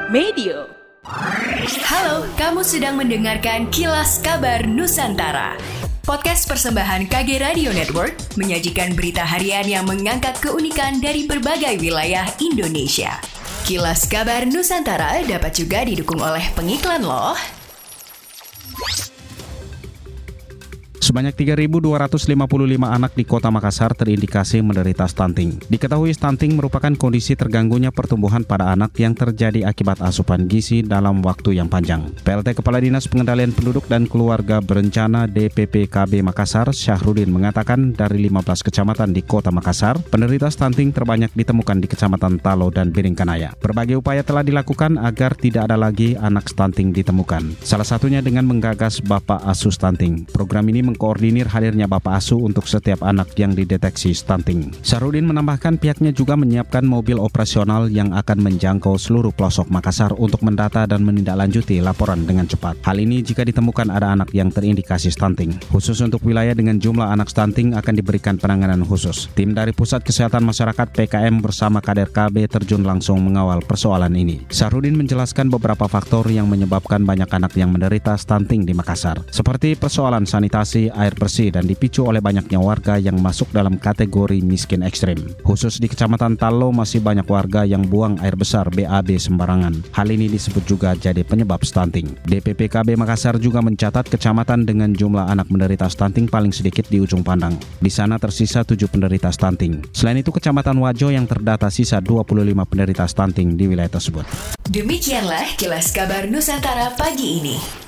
Medio. Halo, kamu sedang mendengarkan Kilas Kabar Nusantara. Podcast persembahan KG Radio Network menyajikan berita harian yang mengangkat keunikan dari berbagai wilayah Indonesia. Kilas Kabar Nusantara dapat juga didukung oleh pengiklan loh. Sebanyak 3.255 anak di Kota Makassar terindikasi menderita stunting. Diketahui stunting merupakan kondisi terganggunya pertumbuhan pada anak yang terjadi akibat asupan gizi dalam waktu yang panjang. PLT Kepala Dinas Pengendalian Penduduk dan Keluarga Berencana DPPKB Makassar, Syahrudin mengatakan dari 15 kecamatan di Kota Makassar, penderita stunting terbanyak ditemukan di Kecamatan Talo dan Biringkanaya. Berbagai upaya telah dilakukan agar tidak ada lagi anak stunting ditemukan. Salah satunya dengan menggagas Bapak Asuh Stunting. Program ini mengkoordinir hadirnya Bapak Asuh untuk setiap anak yang dideteksi stunting. Syahrudin menambahkan pihaknya juga menyiapkan mobil operasional yang akan menjangkau seluruh pelosok Makassar untuk mendata dan menindaklanjuti laporan dengan cepat. Hal ini jika ditemukan ada anak yang terindikasi stunting. Khusus untuk wilayah dengan jumlah anak stunting akan diberikan penanganan khusus. Tim dari Pusat Kesehatan Masyarakat PKM bersama Kader KB terjun langsung mengawal persoalan ini. Syahrudin menjelaskan beberapa faktor yang menyebabkan banyak anak yang menderita stunting di Makassar, seperti persoalan sanitasi, air bersih, dan dipicu oleh banyaknya warga yang masuk dalam kategori miskin ekstrim. Khusus di Kecamatan Talo masih banyak warga yang buang air besar BAB sembarangan. Hal ini disebut juga jadi penyebab stunting. DPPKB Makassar juga mencatat kecamatan dengan jumlah anak menderita stunting paling sedikit di Ujung Pandang. Di sana tersisa 7 penderita stunting. Selain itu Kecamatan Wajo yang terdata sisa 25 penderita stunting di wilayah tersebut. Demikianlah Kilas Kabar Nusantara pagi ini.